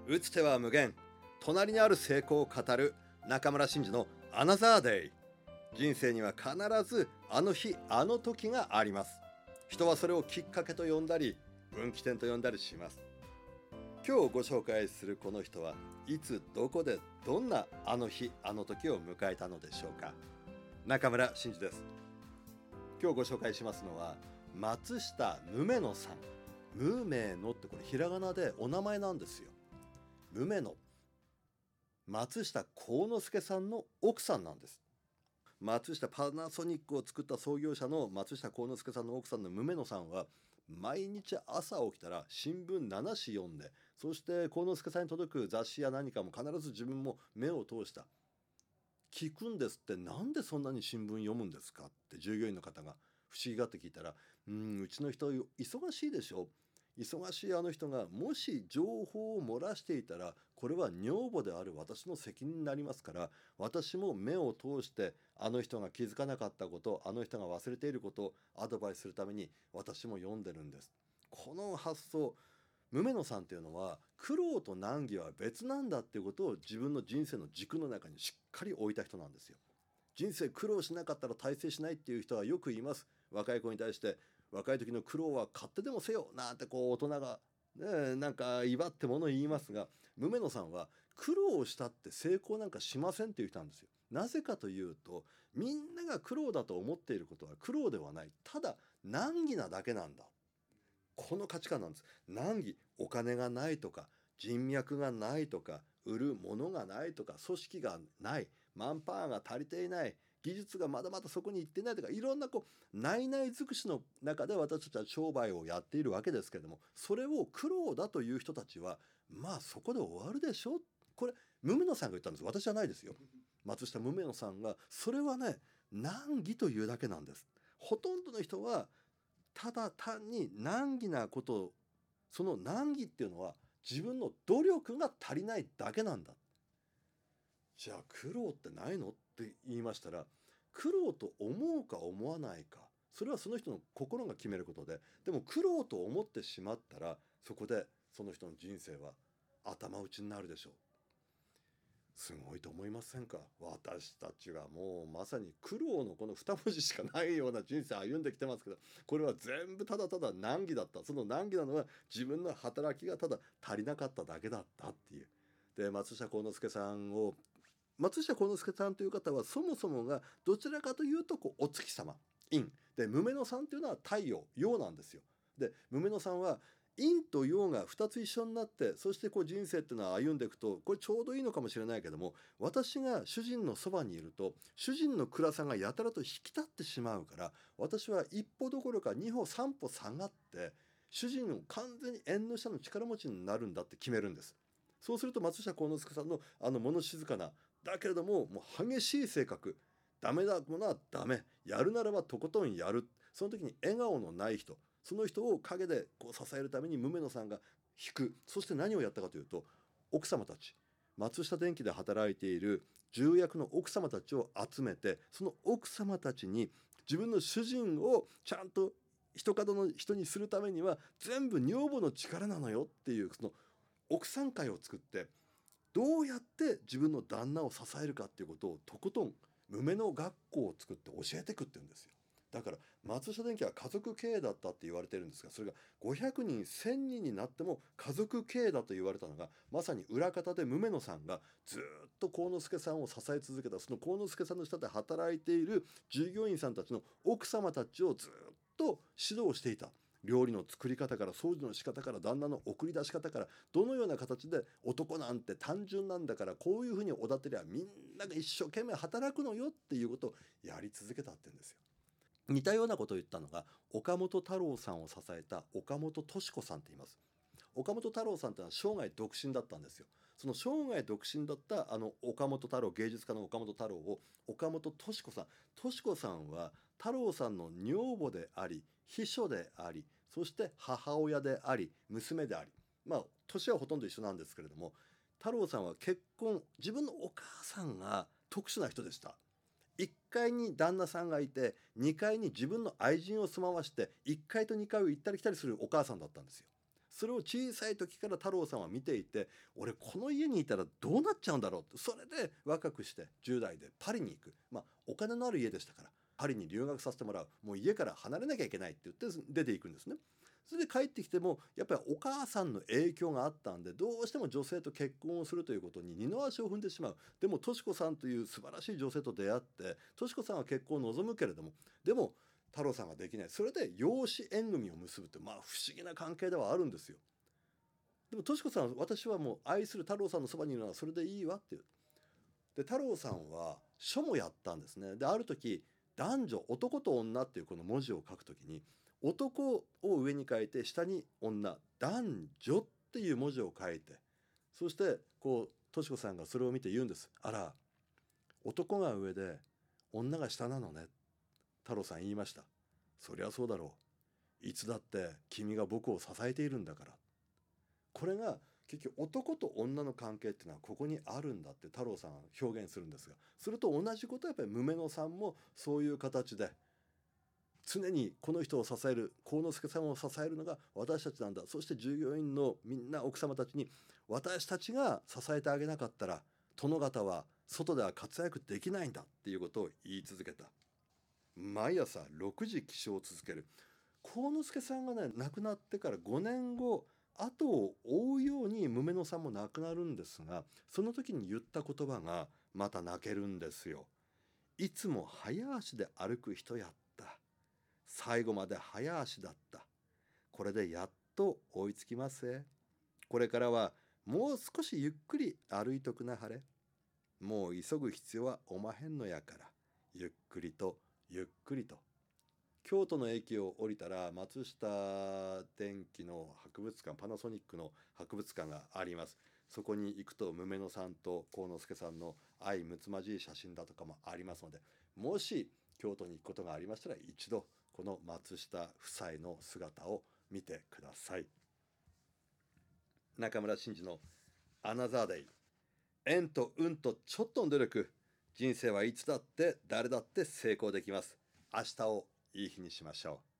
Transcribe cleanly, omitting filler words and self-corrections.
打つ手は無限、隣にある成功を語る中村真嗣のアナザーデイ。人生には必ずあの日あの時があります。人はそれをきっかけと呼んだり分岐点と呼んだりします。今日ご紹介するこの人はいつどこでどんなあの日あの時を迎えたのでしょうか。中村真嗣です。今日ご紹介しますのは松下夢野さん。無名のってこれひらがなでお名前なんですよ。無名の松下幸之助さんの奥さんなんです。松下パナソニックを作った創業者の松下幸之助さんの奥さんの無名野さんは毎日朝起きたら新聞7紙読んで、そして幸之助さんに届く雑誌や何かも必ず自分も目を通した。聞くんですって。なんでそんなに新聞読むんですかって従業員の方が不思議がって聞いたら、うちの人忙しいでしょ。忙しいあの人がもし情報を漏らしていたらこれは女房である私の責任になりますから、私も目を通してあの人が気づかなかったこと、あの人が忘れていることをアドバイスするために私も読んでるんです。この発想、無名野さんっていうのは苦労と難儀は別なんだっていうことを自分の人生の軸の中にしっかり置いた人なんですよ。人生苦労しなかったら大成しないっていう人はよく言います。若い子に対して若い時の苦労は勝手でもせよなんて大人がなんか威張ってもの言いますが、無名野さんは苦労をしたって成功なんかしませんっていう人なんですよ。なぜかというと、みんなが苦労だと思っていることは苦労ではない、ただ難儀なだけなんだ。この価値観なんです。難儀、お金がないとか人脈がないとか売るものがないとか組織がない、マンパワーが足りていない、技術がまだまだそこに行ってないとか、いろんな内々尽くしの中で私たちは商売をやっているわけですけれども、それを苦労だという人たちはまあそこで終わるでしょ。これ無名野さんが言ったんです。私じゃないですよ。松下無名野さんがそれはね、難儀というだけなんです。ほとんどの人はただ単に難儀なことを、その難儀っていうのは自分の努力が足りないだけなんだ。じゃあ苦労ってないのって言いましたら、苦労と思うか思わないか、それはその人の心が決めることで、でも苦労と思ってしまったらそこでその人の人生は頭打ちになるでしょう。すごいと思いませんか。私たちはもうまさに苦労のこの2文字しかないような人生歩んできてますけど、これは全部ただただ難儀だった。その難儀なのは自分の働きがただ足りなかっただけだったっていう。で、松下幸之助さんという方はそもそもがどちらかというとお月様、陰で、無名野さんというのは太陽、陽なんですよ。で、無名野さんは陰と陽が2つ一緒になって、そして人生っていうのは歩んでいくと、これちょうどいいのかもしれないけども、私が主人のそばにいると主人の暗さがやたらと引き立ってしまうから、私は一歩どころか二歩三歩下がって主人を完全に縁の下の力持ちになるんだって決めるんです。そうすると松下幸之助さんの物静かな、だけれども激しい性格、ダメなものはダメ、やるならばとことんやる、その時に笑顔のない人、その人を陰で支えるために無名野さんが引く。そして何をやったかというと、奥様たち、松下電器で働いている重役の奥様たちを集めて、その奥様たちに自分の主人をちゃんと一角の人にするためには全部女房の力なのよっていう、その奥さん会を作って、どうやって自分の旦那を支えるかっていうことをとことん無名の学校を作って教えてくって言うんですよ。だから松下電器は家族経営だったって言われてるんですが、それが500人1000人になっても家族経営だと言われたのが、まさに裏方で無名野さんがずっと幸之助さんを支え続けた、その幸之助さんの下で働いている従業員さんたちの奥様たちをずっと指導していた。料理の作り方から掃除の仕方から旦那の送り出し方から、どのような形で男なんて単純なんだからこういうふうにおだてりゃみんなが一生懸命働くのよっていうことをやり続けたって言うんですよ。似たようなことを言ったのが岡本太郎さんを支えた岡本敏子さんって言います。岡本太郎さんってのは生涯独身だったんですよ。その生涯独身だった岡本太郎、芸術家の岡本太郎を岡本敏子さん、敏子さんは太郎さんの女房であり秘書であり、そして母親であり娘であり、年はほとんど一緒なんですけれども、太郎さんは結婚、自分のお母さんが特殊な人でした。1階に旦那さんがいて2階に自分の愛人を住まわして、1階と2階を行ったり来たりするお母さんだったんですよ。 それを小さい時から太郎さんは見ていて、俺この家にいたらどうなっちゃうんだろうって、それで若くして10代でパリに行く、お金のある家でしたからパリに留学させてもらう、もう家から離れなきゃいけないって言って出ていくんですね。それで帰ってきてもやっぱりお母さんの影響があったんで、どうしても女性と結婚をするということに二の足を踏んでしまう。でもとし子さんという素晴らしい女性と出会って、とし子さんは結婚を望むけれども、でも太郎さんができない。それで養子縁組を結ぶって、不思議な関係ではあるんですよ。でもとし子さんは、私はもう愛する太郎さんのそばにいるのはそれでいいわっていう。で太郎さんは書もやったんですね。である時、男女、男と女っていうこの文字を書くときに、男を上に書いて下に女、男女っていう文字を書いて、そしてとし子さんがそれを見て言うんです。あら、男が上で女が下なのね。太郎さん言いました。そりゃそうだろう。いつだって君が僕を支えているんだから。これが結局男と女の関係っていうのはここにあるんだって太郎さんは表現するんですが、それと同じことはやっぱり無野さんもそういう形で、常にこの人を支える、幸之助さんを支えるのが私たちなんだ。そして従業員のみんな奥様たちに、私たちが支えてあげなかったら殿方は外では活躍できないんだっていうことを言い続けた。毎朝6時起床を続ける。幸之助さんがね亡くなってから5年後、後を追うように無野さんも亡くなるんですが、その時に言った言葉がまた泣けるんですよ。いつも早足で歩く人やった。最後まで早足だった。これでやっと追いつきます。これからはもう少しゆっくり歩いとくなはれ。もう急ぐ必要はおまへんのやから、ゆっくりとゆっくりと。京都の駅を降りたら松下電器の博物館、パナソニックの博物館があります。そこに行くと無野さんと幸之助さんの愛むつまじい写真だとかもありますので、もし京都に行くことがありましたら一度この松下夫妻の姿を見てください。中村真嗣のアナザーデイ。縁と運とちょっとの努力、人生はいつだって誰だって成功できます。明日をいい日にしましょう。